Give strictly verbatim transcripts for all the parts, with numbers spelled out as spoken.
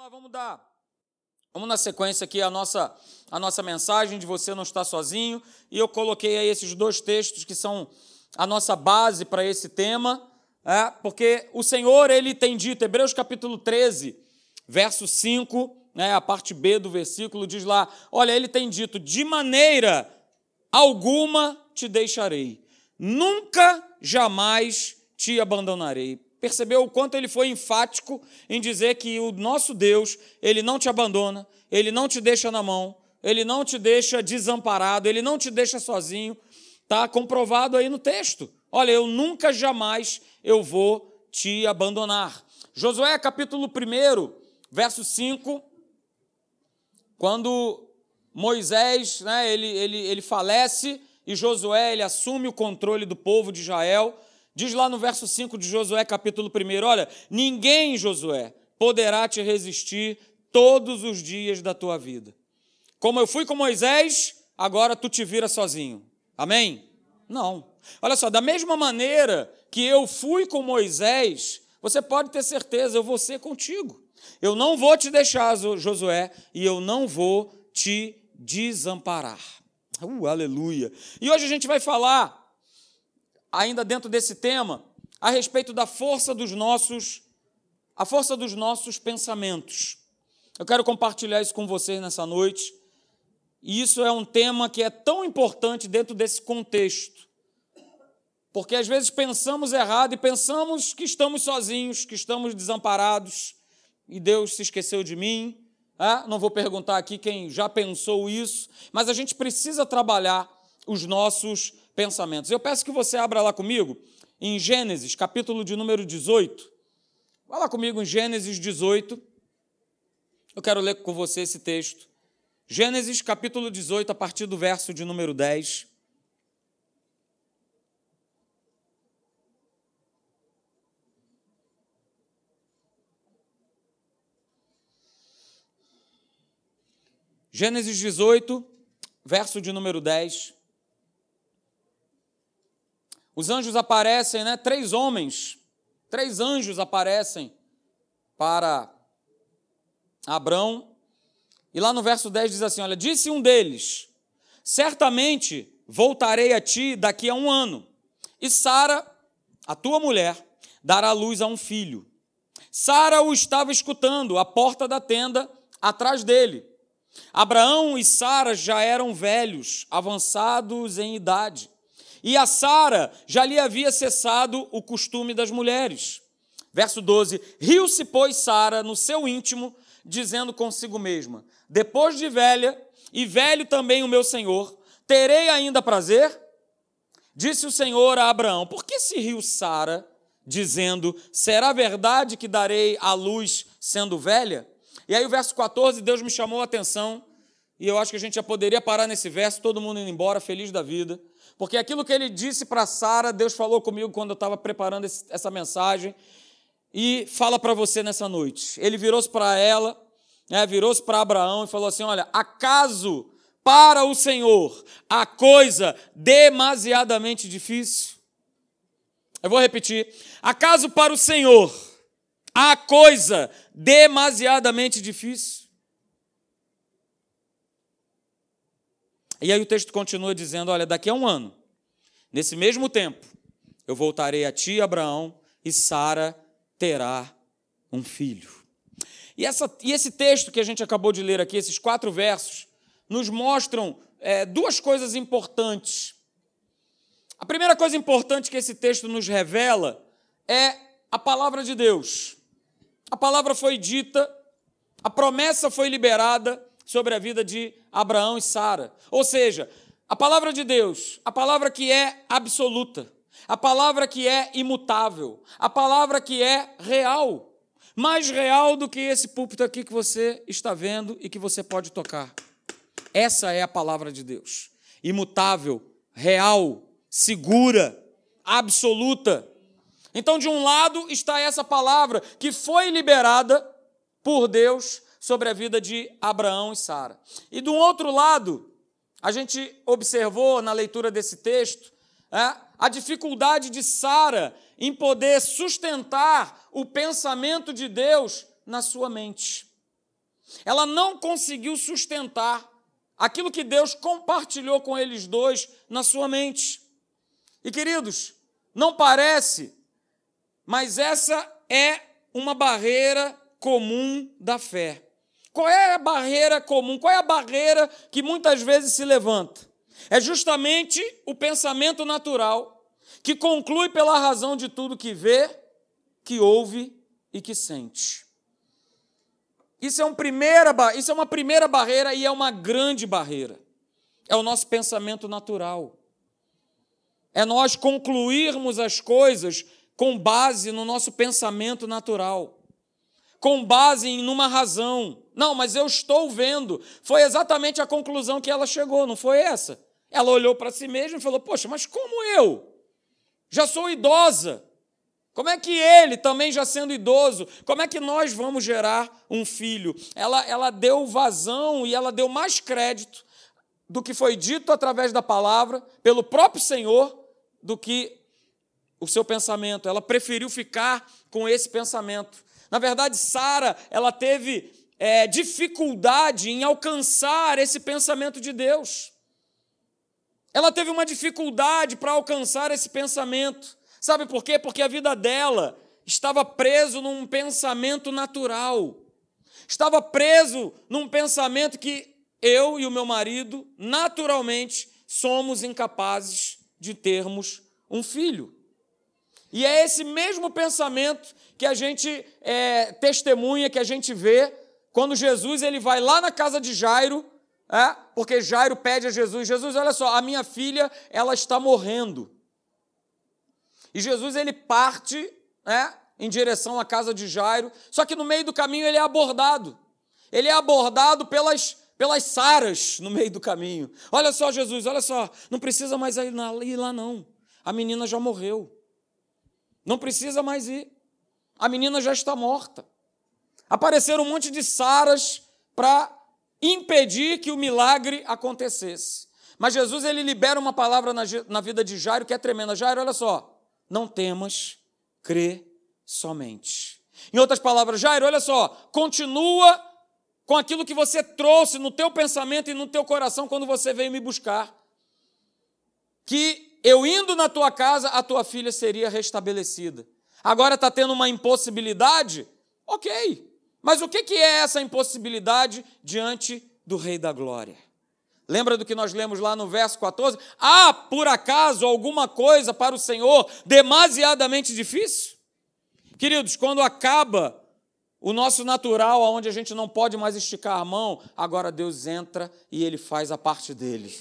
lá, vamos dar. Vamos na sequência aqui a nossa, a nossa mensagem de você não estar sozinho. E eu coloquei aí esses dois textos que são a nossa base para esse tema, é, porque o Senhor, Ele tem dito, Hebreus capítulo treze, verso cinco, né, a parte B do versículo, diz lá, olha, Ele tem dito, de maneira alguma te deixarei, nunca, jamais te abandonarei. Percebeu o quanto ele foi enfático em dizer que o nosso Deus, Ele não te abandona, Ele não te deixa na mão, Ele não te deixa desamparado, Ele não te deixa sozinho. Está comprovado aí no texto. Olha, eu nunca, jamais eu vou te abandonar. Josué, capítulo um, verso cinco, quando Moisés, né, ele, ele, ele falece e Josué ele assume o controle do povo de Israel. Diz lá no verso cinco de Josué, capítulo um, olha, ninguém, Josué, poderá te resistir todos os dias da tua vida. Como eu fui com Moisés, agora tu te vira sozinho. Amém? Não. Olha só, da mesma maneira que eu fui com Moisés, você pode ter certeza, eu vou ser contigo. Eu não vou te deixar, Josué, e eu não vou te desamparar. Uh, aleluia. E hoje a gente vai falar, ainda dentro desse tema, a respeito da força dos nossos, a força dos nossos pensamentos. Eu quero compartilhar isso com vocês nessa noite. E isso é um tema que é tão importante dentro desse contexto. Porque às vezes pensamos errado e pensamos que estamos sozinhos, que estamos desamparados, e Deus se esqueceu de mim. É? Não vou perguntar aqui quem já pensou isso, mas a gente precisa trabalhar os nossos pensamentos. Eu peço que você abra lá comigo em Gênesis, capítulo de número dezoito. Vai lá comigo em Gênesis dezoito. Eu quero ler com você esse texto. Gênesis, capítulo dezoito, a partir do verso de número dez. Gênesis dezoito, verso de número dez. Os anjos aparecem, né? Três homens, três anjos aparecem para Abrão. E lá no verso dez diz assim, olha, disse um deles, certamente voltarei a ti daqui a um ano, e Sara, a tua mulher, dará luz a um filho. Sara o estava escutando à porta da tenda, atrás dele. Abraão e Sara já eram velhos, avançados em idade. E a Sara já lhe havia cessado o costume das mulheres. Verso doze, riu-se, pois, Sara no seu íntimo, dizendo consigo mesma, depois de velha, e velho também o meu senhor, terei ainda prazer? Disse o Senhor a Abraão, por que se riu Sara, dizendo, será verdade que darei à luz sendo velha? E aí o verso quatorze, Deus me chamou a atenção, e eu acho que a gente já poderia parar nesse verso, todo mundo indo embora, feliz da vida, porque aquilo que ele disse para Sara, Deus falou comigo quando eu estava preparando esse, essa mensagem, e fala para você nessa noite. Ele virou-se para ela, né, virou-se para Abraão e falou assim, olha, acaso para o Senhor a coisa demasiadamente difícil? Eu vou repetir. Acaso para o Senhor a coisa demasiadamente difícil? E aí o texto continua dizendo, olha, daqui a um ano, nesse mesmo tempo, eu voltarei a ti, Abraão, e Sara terá um filho. E, essa, e esse texto que a gente acabou de ler aqui, esses quatro versos, nos mostram é, duas coisas importantes. A primeira coisa importante que esse texto nos revela é a palavra de Deus. A palavra foi dita, a promessa foi liberada sobre a vida de Abraão e Sara. Ou seja, a palavra de Deus, a palavra que é absoluta, a palavra que é imutável, a palavra que é real, mais real do que esse púlpito aqui que você está vendo e que você pode tocar. Essa é a palavra de Deus, imutável, real, segura, absoluta. Então, de um lado está essa palavra que foi liberada por Deus sobre a vida de Abraão e Sara. E do outro lado, a gente observou na leitura desse texto, é, a dificuldade de Sara em poder sustentar o pensamento de Deus na sua mente. ela não conseguiu sustentar aquilo que Deus compartilhou com eles dois na sua mente. E, queridos, não parece, mas essa é uma barreira comum da fé. Qual é a barreira comum? Qual é a barreira que muitas vezes se levanta? É justamente o pensamento natural, que conclui pela razão de tudo que vê, que ouve e que sente. Isso é, um primeira, isso é uma primeira barreira e é uma grande barreira. É o nosso pensamento natural. É nós concluirmos as coisas com base no nosso pensamento natural, com base em uma razão. Não, mas eu estou vendo. Foi exatamente a conclusão que ela chegou, não foi essa? Ela olhou para si mesma e falou, poxa, mas como eu? Já sou idosa. Como é que ele, também já sendo idoso, como é que nós vamos gerar um filho? Ela, ela deu vazão e ela deu mais crédito do que foi dito através da palavra, pelo próprio Senhor, do que o seu pensamento. Ela preferiu ficar com esse pensamento. Na verdade, Sara, ela teve é, dificuldade em alcançar esse pensamento de Deus. Ela teve uma dificuldade para alcançar esse pensamento. Sabe por quê? Porque a vida dela estava preso num pensamento natural. Estava preso num pensamento que eu e o meu marido, naturalmente, somos incapazes de termos um filho. E é esse mesmo pensamento que a gente é, testemunha, que a gente vê, quando Jesus ele vai lá na casa de Jairo, é, porque Jairo pede a Jesus, Jesus, olha só, a minha filha ela está morrendo. E Jesus ele parte é, em direção à casa de Jairo, só que no meio do caminho ele é abordado. Ele é abordado pelas, pelas Saras no meio do caminho. Olha só, Jesus, olha só, não precisa mais ir lá não. A menina já morreu. Não precisa mais ir. A menina já está morta. Apareceram um monte de Saras para impedir que o milagre acontecesse. Mas Jesus ele libera uma palavra na, na vida de Jairo que é tremenda. Jairo, olha só. Não temas, crê somente. Em outras palavras, Jairo, olha só, continua com aquilo que você trouxe no teu pensamento e no teu coração quando você veio me buscar. Que eu indo na tua casa, a tua filha seria restabelecida. Agora está tendo uma impossibilidade? Ok. Mas o que é essa impossibilidade diante do Rei da Glória? Lembra do que nós lemos lá no verso quatorze? Há, por acaso, alguma coisa para o Senhor demasiadamente difícil? Queridos, quando acaba o nosso natural, onde a gente não pode mais esticar a mão, agora Deus entra e Ele faz a parte dele.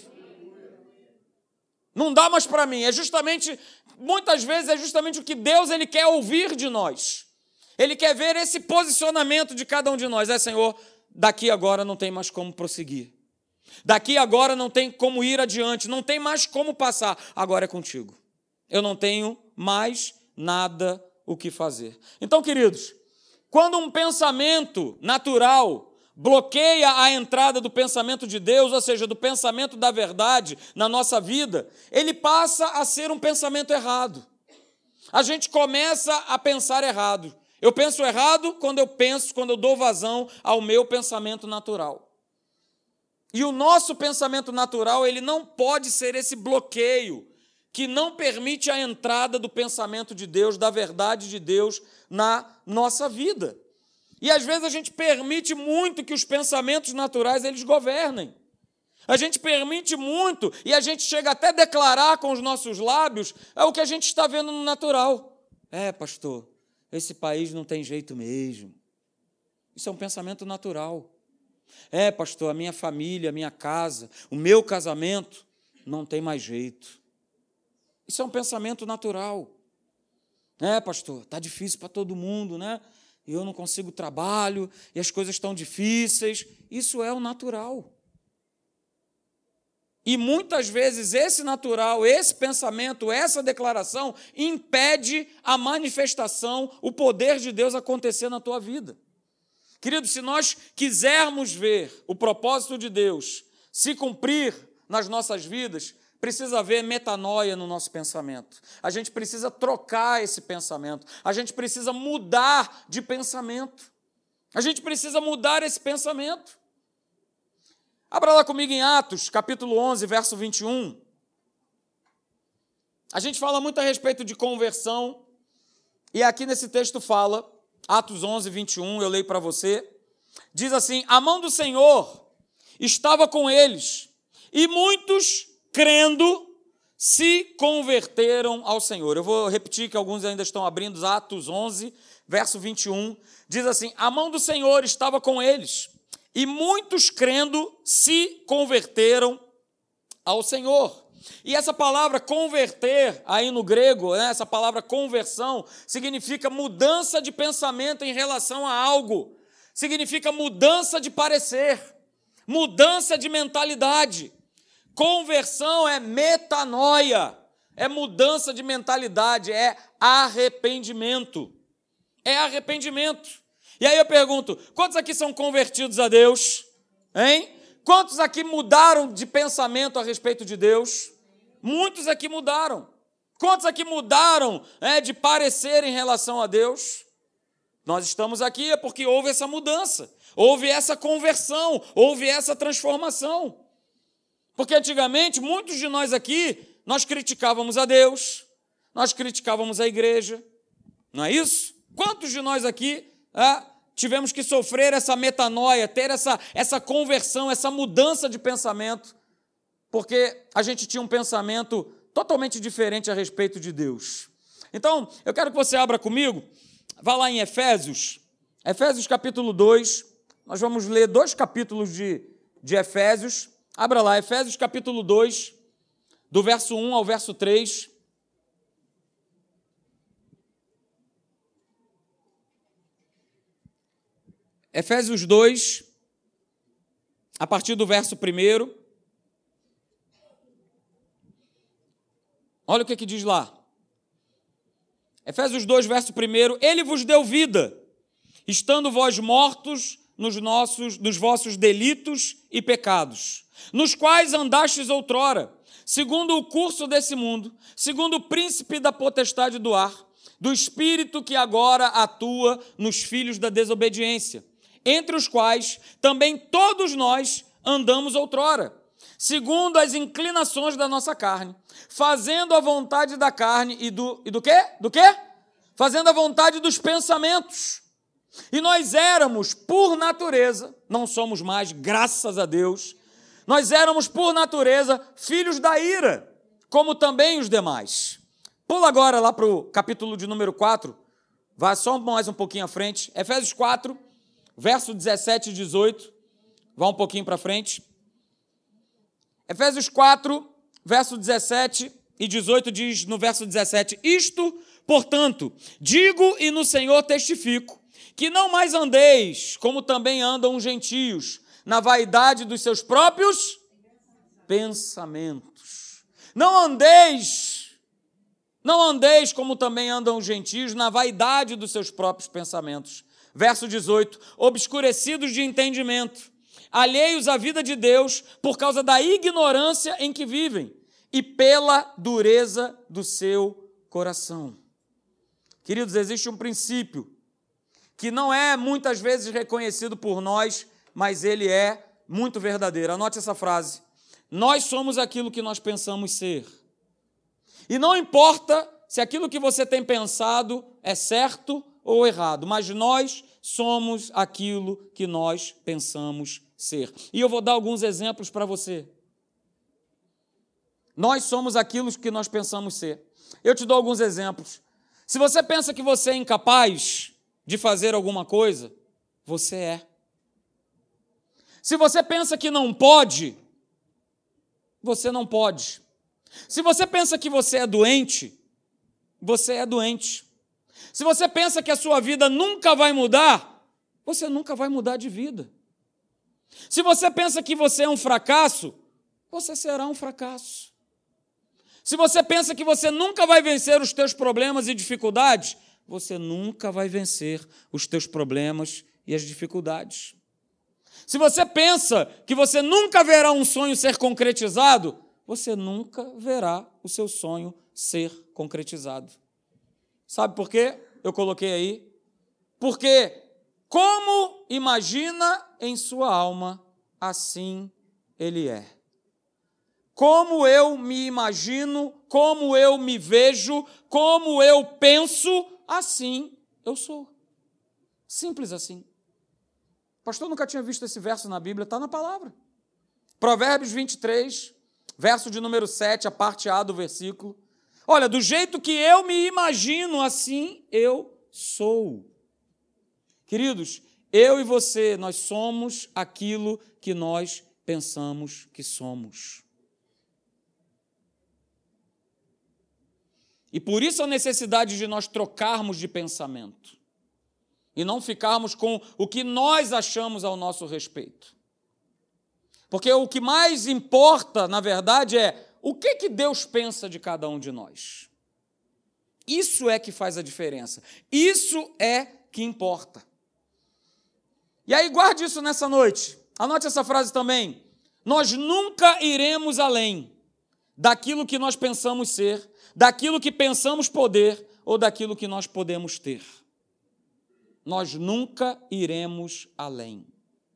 Não dá mais para mim. É justamente, muitas vezes, é justamente o que Deus ele quer ouvir de nós. Ele quer ver esse posicionamento de cada um de nós. É, Senhor, daqui agora não tem mais como prosseguir. Daqui agora não tem como ir adiante, não tem mais como passar. Agora é contigo. Eu não tenho mais nada o que fazer. Então, queridos, quando um pensamento natural bloqueia a entrada do pensamento de Deus, ou seja, do pensamento da verdade na nossa vida, ele passa a ser um pensamento errado. A gente começa a pensar errado. Eu penso errado quando eu penso, quando eu dou vazão ao meu pensamento natural. E o nosso pensamento natural, ele não pode ser esse bloqueio que não permite a entrada do pensamento de Deus, da verdade de Deus na nossa vida. E às vezes a gente permite muito que os pensamentos naturais eles governem. A gente permite muito e a gente chega até a declarar com os nossos lábios é o que a gente está vendo no natural. É, pastor, esse país não tem jeito mesmo. Isso é um pensamento natural. É, pastor, a minha família, a minha casa, o meu casamento não tem mais jeito. Isso é um pensamento natural. É, pastor, está difícil para todo mundo, né? E eu não consigo trabalho, e as coisas estão difíceis. Isso é o natural. E muitas vezes esse natural, esse pensamento, essa declaração impede a manifestação, o poder de Deus acontecer na tua vida. Querido, se nós quisermos ver o propósito de Deus se cumprir nas nossas vidas, precisa haver metanoia no nosso pensamento. A gente precisa trocar esse pensamento. A gente precisa mudar de pensamento. A gente precisa mudar esse pensamento. Abra lá comigo em Atos, capítulo onze, verso vinte e um. A gente fala muito a respeito de conversão, e aqui nesse texto fala, Atos onze, vinte e um, eu leio para você, diz assim: a mão do Senhor estava com eles, e muitos, crendo, se converteram ao Senhor. Eu vou repetir que alguns ainda estão abrindo, Atos onze, verso vinte e um, diz assim: a mão do Senhor estava com eles, e muitos, crendo, se converteram ao Senhor. E essa palavra converter, aí no grego, né, essa palavra conversão, significa mudança de pensamento em relação a algo. Significa mudança de parecer, mudança de mentalidade. Conversão é metanoia, é mudança de mentalidade, é arrependimento. É arrependimento. E aí eu pergunto, quantos aqui são convertidos a Deus? Hein? Quantos aqui mudaram de pensamento a respeito de Deus? Muitos aqui mudaram. Quantos aqui mudaram é, de parecer em relação a Deus? Nós estamos aqui é porque houve essa mudança, houve essa conversão, houve essa transformação. Porque antigamente, muitos de nós aqui, nós criticávamos a Deus, nós criticávamos a igreja, não é isso? Quantos de nós aqui é, tivemos que sofrer essa metanoia, ter essa, essa conversão, essa mudança de pensamento, porque a gente tinha um pensamento totalmente diferente a respeito de Deus. Então, eu quero que você abra comigo, vá lá em Efésios, Efésios capítulo dois, nós vamos ler dois capítulos de, de Efésios, abra lá, Efésios capítulo dois, do verso um ao verso três. Efésios dois, a partir do verso primeiro. Olha o que, que diz lá. Efésios dois, verso primeiro. Ele vos deu vida, estando vós mortos nos, nossos, nos vossos delitos e pecados, nos quais andastes outrora, segundo o curso desse mundo, segundo o príncipe da potestade do ar, do espírito que agora atua nos filhos da desobediência, entre os quais também todos nós andamos outrora, segundo as inclinações da nossa carne, fazendo a vontade da carne e do, e do quê? Do quê? Fazendo a vontade dos pensamentos. E nós éramos, por natureza, não somos mais, graças a Deus, nós éramos, por natureza, filhos da ira, como também os demais. Pula agora lá para o capítulo de número quatro, vai só mais um pouquinho à frente, Efésios quatro, verso dezessete e dezoito, vá um pouquinho para frente. Efésios quatro, verso dezessete e dezoito diz no verso dezessete: isto, portanto, digo e no Senhor testifico, que não mais andeis, como também andam os gentios, na vaidade dos seus próprios pensamentos. Não andeis, não andeis como também andam os gentios, na vaidade dos seus próprios pensamentos. Verso dezoito, obscurecidos de entendimento, alheios à vida de Deus por causa da ignorância em que vivem e pela dureza do seu coração. Queridos, existe um princípio que não é muitas vezes reconhecido por nós, mas ele é muito verdadeiro. Anote essa frase: nós somos aquilo que nós pensamos ser. E não importa se aquilo que você tem pensado é certo ou errado, mas nós somos aquilo que nós pensamos ser. E eu vou dar alguns exemplos para você. Nós somos aquilo que nós pensamos ser. Eu te dou alguns exemplos. Se você pensa que você é incapaz de fazer alguma coisa, você é. Se você pensa que não pode, você não pode. Se você pensa que você é doente, você é doente. Se você pensa que a sua vida nunca vai mudar, você nunca vai mudar de vida. Se você pensa que você é um fracasso, você será um fracasso. Se você pensa que você nunca vai vencer os teus problemas e dificuldades, você nunca vai vencer os teus problemas e as dificuldades. Se você pensa que você nunca verá um sonho ser concretizado, você nunca verá o seu sonho ser concretizado. Sabe por quê? Eu coloquei aí. Porque Como imagina em sua alma, assim ele é. Como eu me imagino, como eu me vejo, como eu penso, assim eu sou. Simples assim. Pastor, nunca tinha visto esse verso na Bíblia, está na palavra. Provérbios vinte e três, verso de número sete, a parte A do versículo. Olha, do jeito que eu me imagino, assim eu sou. Queridos, eu e você, nós somos aquilo que nós pensamos que somos. E por isso a necessidade de nós trocarmos de pensamento e não ficarmos com o que nós achamos ao nosso respeito. Porque o que mais importa, na verdade, é o que, que Deus pensa de cada um de nós. Isso é que faz a diferença. Isso é que importa. E aí, guarde isso nessa noite. Anote essa frase também. Nós nunca iremos além daquilo que nós pensamos ser, daquilo que pensamos poder ou daquilo que nós podemos ter. Nós nunca iremos além.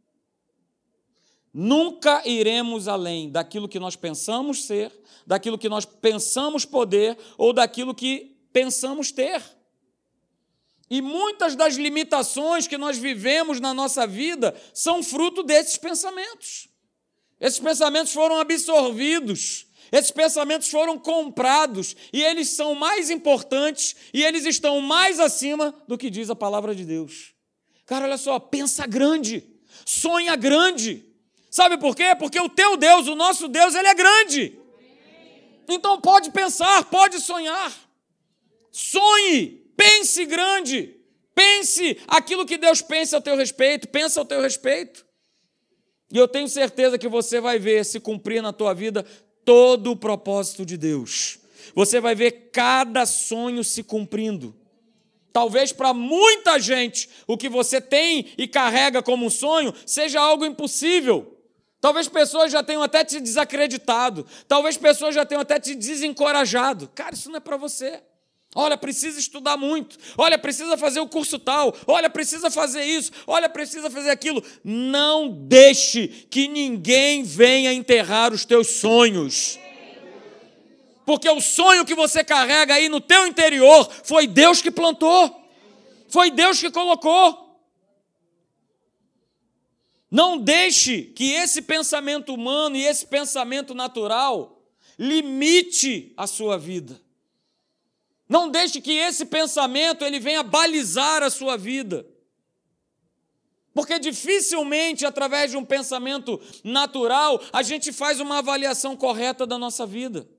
Nunca iremos além daquilo que nós pensamos ser, daquilo que nós pensamos poder ou daquilo que pensamos ter. E muitas das limitações que nós vivemos na nossa vida são fruto desses pensamentos. Esses pensamentos foram absorvidos, esses pensamentos foram comprados, e eles são mais importantes, e eles estão mais acima do que diz a palavra de Deus. Cara, olha só, pensa grande, sonha grande. Sabe por quê? Porque o teu Deus, o nosso Deus, ele é grande. Então pode pensar, pode sonhar. Sonhe, pense grande. Pense aquilo que Deus pensa ao teu respeito, pensa ao teu respeito. E eu tenho certeza que você vai ver se cumprir na tua vida todo o propósito de Deus. Você vai ver cada sonho se cumprindo. Talvez para muita gente o que você tem e carrega como um sonho seja algo impossível. Talvez pessoas já tenham até te desacreditado. Talvez pessoas já tenham até te desencorajado. Cara, isso não é para você. Olha, precisa estudar muito. Olha, precisa fazer o curso tal. Olha, precisa fazer isso. Olha, precisa fazer aquilo. Não deixe que ninguém venha enterrar os teus sonhos. Porque o sonho que você carrega aí no teu interior foi Deus que plantou. Foi Deus que colocou. Não deixe que esse pensamento humano e esse pensamento natural limite a sua vida. Não deixe que esse pensamento ele venha balizar a sua vida. Porque dificilmente, através de um pensamento natural, a gente faz uma avaliação correta da nossa vida.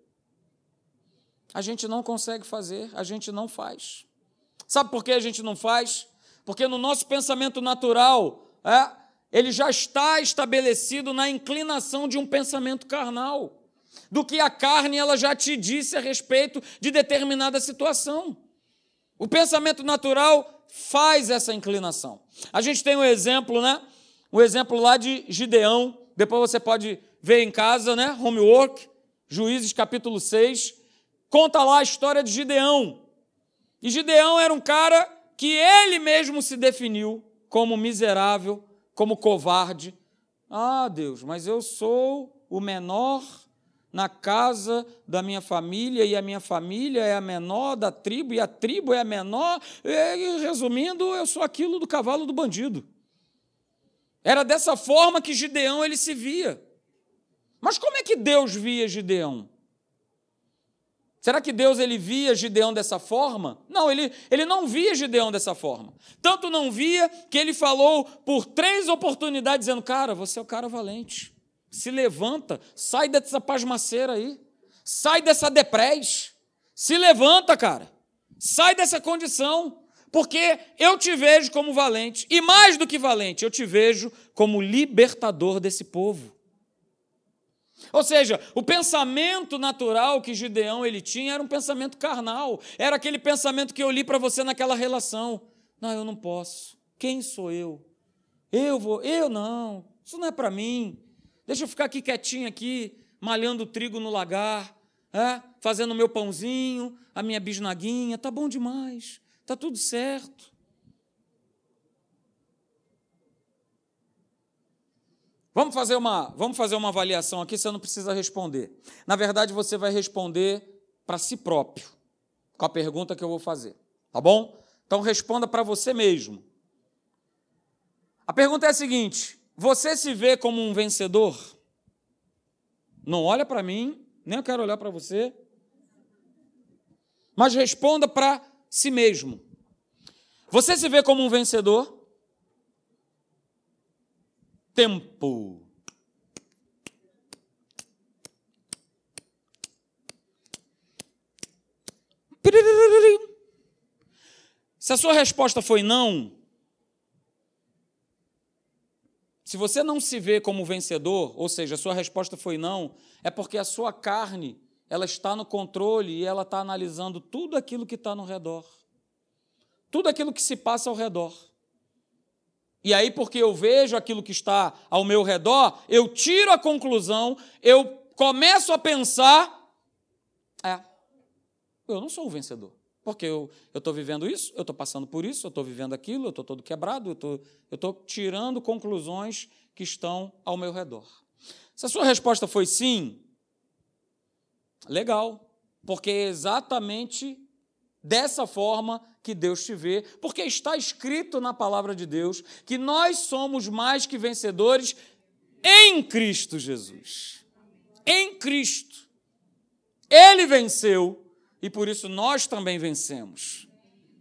A gente não consegue fazer, a gente não faz. Sabe por que a gente não faz? Porque no nosso pensamento natural, é, ele já está estabelecido na inclinação de um pensamento carnal. Do que a carne ela já te disse a respeito de determinada situação. O pensamento natural faz essa inclinação. A gente tem um exemplo, né? Um exemplo lá de Gideão. Depois você pode ver em casa, né? Homework, Juízes capítulo seis. Conta lá a história de Gideão. E Gideão era um cara que ele mesmo se definiu como miserável, como covarde. Ah, Deus, mas eu sou o menor na casa da minha família, e a minha família é a menor da tribo, e a tribo é a menor, e, resumindo, eu sou aquilo do cavalo do bandido. Era dessa forma que Gideão ele se via. Mas como é que Deus via Gideão? Será que Deus ele via Gideão dessa forma? Não, ele, ele não via Gideão dessa forma. Tanto não via que ele falou por três oportunidades, dizendo, cara, você é o cara valente. Se levanta, sai dessa pasmaceira aí, sai dessa deprés, se levanta, cara, sai dessa condição, porque eu te vejo como valente, e mais do que valente, eu te vejo como libertador desse povo. Ou seja, o pensamento natural que Gideão ele tinha era um pensamento carnal, era aquele pensamento que eu li para você naquela relação. Não, eu não posso, quem sou eu? Eu vou, eu não, isso não é para mim. Deixa eu ficar aqui quietinho aqui, malhando o trigo no lagar, é? Fazendo o meu pãozinho, a minha bisnaguinha, tá bom demais, tá tudo certo. Vamos fazer uma, vamos fazer uma avaliação aqui, você não precisa responder. Na verdade, você vai responder para si próprio, com a pergunta que eu vou fazer, tá bom? Então, responda para você mesmo. A pergunta é a seguinte: você se vê como um vencedor? Não olha para mim, nem eu quero olhar para você, mas responda para si mesmo. Você se vê como um vencedor? Tempo. Se a sua resposta foi não, se você não se vê como vencedor, ou seja, a sua resposta foi não, é porque a sua carne, ela está no controle e ela está analisando tudo aquilo que está no redor. Tudo aquilo que se passa ao redor. E aí, porque eu vejo aquilo que está ao meu redor, eu tiro a conclusão, eu começo a pensar, é, eu não sou o vencedor. Porque eu estou vivendo isso, eu estou passando por isso, eu estou vivendo aquilo, eu estou todo quebrado, eu estou eu estou tirando conclusões que estão ao meu redor. Se a sua resposta foi sim, legal, porque é exatamente dessa forma que Deus te vê, porque está escrito na palavra de Deus que nós somos mais que vencedores em Cristo Jesus. Em Cristo. Ele venceu e por isso nós também vencemos.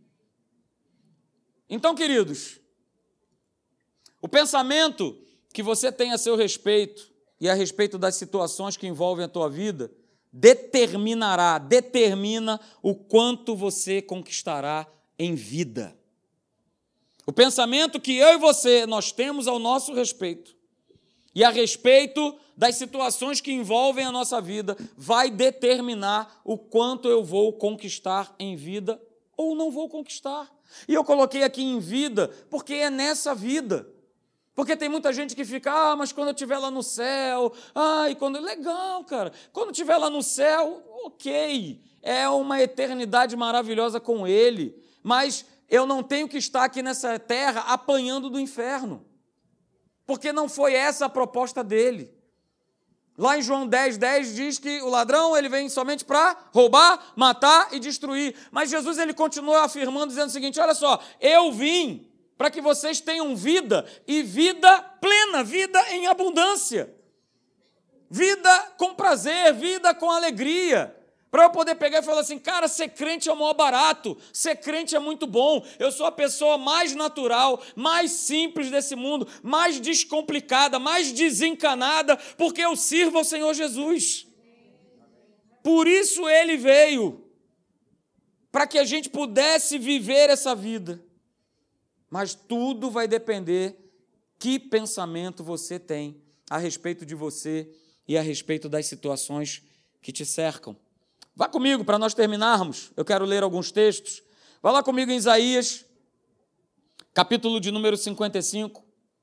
Então, queridos, o pensamento que você tem a seu respeito e a respeito das situações que envolvem a tua vida determinará, determina o quanto você conquistará em vida. O pensamento que eu e você nós temos ao nosso respeito e a respeito das situações que envolvem a nossa vida vai determinar o quanto eu vou conquistar em vida ou não vou conquistar. E eu coloquei aqui em vida porque é nessa vida. Porque tem muita gente que fica, ah, mas quando eu estiver lá no céu, ai, quando... Legal, cara. Quando eu estiver lá no céu, ok, é uma eternidade maravilhosa com Ele, mas eu não tenho que estar aqui nessa terra apanhando do inferno, porque não foi essa a proposta dele. Lá em João dez, dez diz que o ladrão ele vem somente para roubar, matar e destruir. Mas Jesus ele continua afirmando, dizendo o seguinte, olha só, eu vim para que vocês tenham vida, e vida plena, vida em abundância. Vida com prazer, vida com alegria. Para eu poder pegar e falar assim, cara, ser crente é o maior barato, ser crente é muito bom, eu sou a pessoa mais natural, mais simples desse mundo, mais descomplicada, mais desencanada, porque eu sirvo ao Senhor Jesus. Por isso Ele veio, para que a gente pudesse viver essa vida. Mas tudo vai depender que pensamento você tem a respeito de você e a respeito das situações que te cercam. Vá comigo para nós terminarmos. Eu quero ler alguns textos. Vá lá comigo em Isaías, capítulo de número cinquenta e cinco.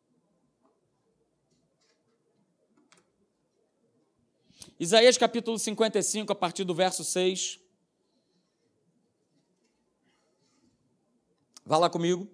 Isaías, capítulo cinquenta e cinco, a partir do verso seis. Vá lá comigo.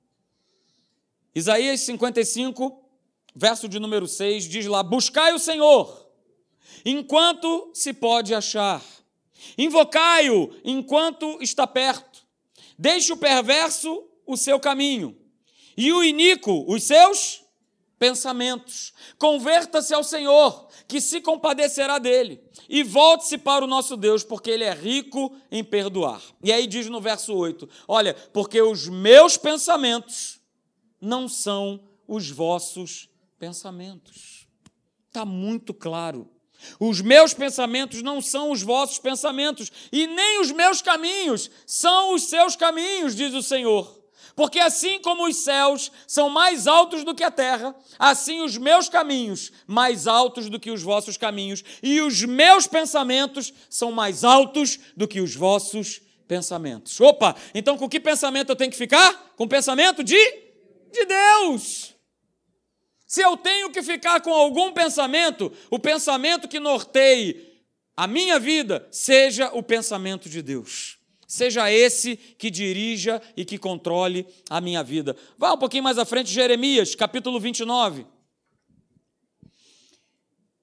Isaías cinquenta e cinco, verso de número seis, diz lá, buscai o Senhor, enquanto se pode achar. Invocai-o, enquanto está perto. Deixe o perverso o seu caminho, e o iníquo os seus pensamentos. Converta-se ao Senhor, que se compadecerá dele, e volte-se para o nosso Deus, porque Ele é rico em perdoar. E aí diz no verso oito, olha, porque os meus pensamentos não são os vossos pensamentos. Está muito claro. Os meus pensamentos não são os vossos pensamentos, e nem os meus caminhos são os seus caminhos, diz o Senhor. Porque assim como os céus são mais altos do que a terra, assim os meus caminhos mais altos do que os vossos caminhos, e os meus pensamentos são mais altos do que os vossos pensamentos. Opa, então com que pensamento eu tenho que ficar? Com o pensamento de... de Deus. Se eu tenho que ficar com algum pensamento, o pensamento que norteie a minha vida seja o pensamento de Deus. Seja esse que dirija e que controle a minha vida. Vá um pouquinho mais à frente, Jeremias, capítulo vinte e nove.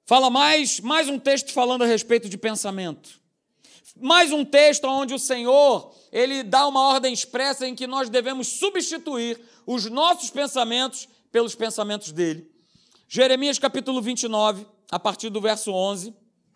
Fala mais, mais um texto falando a respeito de pensamento. Mais um texto onde o Senhor, ele dá uma ordem expressa em que nós devemos substituir os nossos pensamentos pelos pensamentos dele. Jeremias capítulo vinte e nove, a partir do verso onze.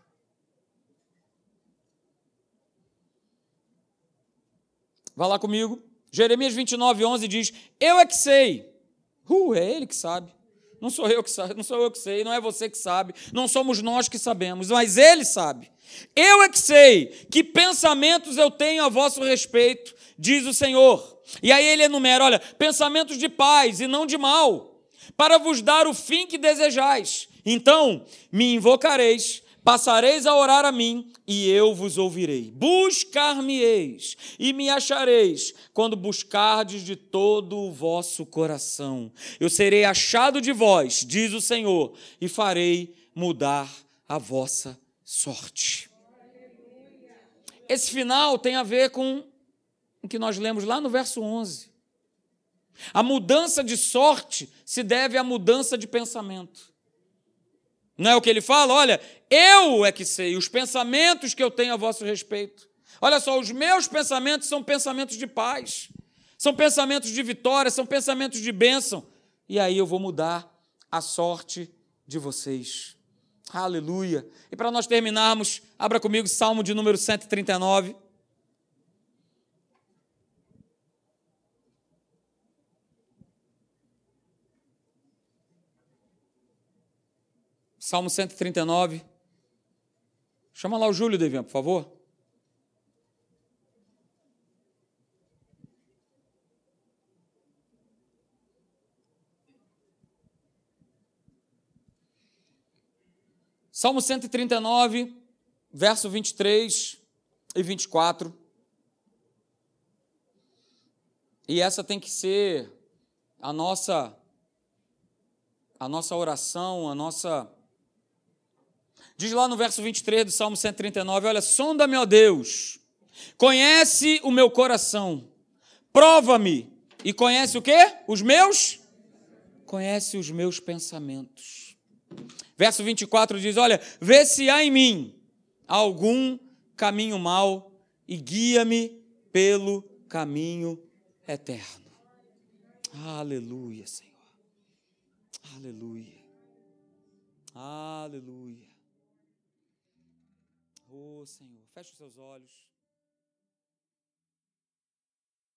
Vá lá comigo. Jeremias vinte e nove, onze diz: eu é que sei. Uh, é ele que sabe. Não sou eu que sabe, não sou eu que sei, não é você que sabe, não somos nós que sabemos, mas ele sabe. Eu é que sei que pensamentos eu tenho a vosso respeito, diz o Senhor. E aí ele enumera, olha, pensamentos de paz e não de mal, para vos dar o fim que desejais. Então me invocareis, passareis a orar a mim, e eu vos ouvirei. Buscar-me-eis, e me achareis, quando buscardes de todo o vosso coração. Eu serei achado de vós, diz o Senhor, e farei mudar a vossa sorte. Esse final tem a ver com o que nós lemos lá no verso onze. A mudança de sorte se deve à mudança de pensamento. Não é o que ele fala? Olha, eu é que sei os pensamentos que eu tenho a vosso respeito. Olha só, os meus pensamentos são pensamentos de paz, são pensamentos de vitória, são pensamentos de bênção. E aí eu vou mudar a sorte de vocês. Aleluia. E para nós terminarmos, abra comigo Salmo de número cento e trinta e nove. Salmo cento e trinta e nove. Chama lá o Júlio, Devian, por favor. Salmo cento e trinta e nove, verso vinte e três e vinte e quatro. E essa tem que ser a nossa, a nossa oração, a nossa... Diz lá no verso vinte e três do Salmo cento e trinta e nove, olha, sonda-me, ó Deus, conhece o meu coração, prova-me, e conhece o quê? Os meus? Conhece os meus pensamentos. Verso vinte e quatro diz, olha, vê se há em mim algum caminho mau e guia-me pelo caminho eterno. Aleluia, Senhor. Aleluia. Aleluia. Oh, Senhor, feche os seus olhos.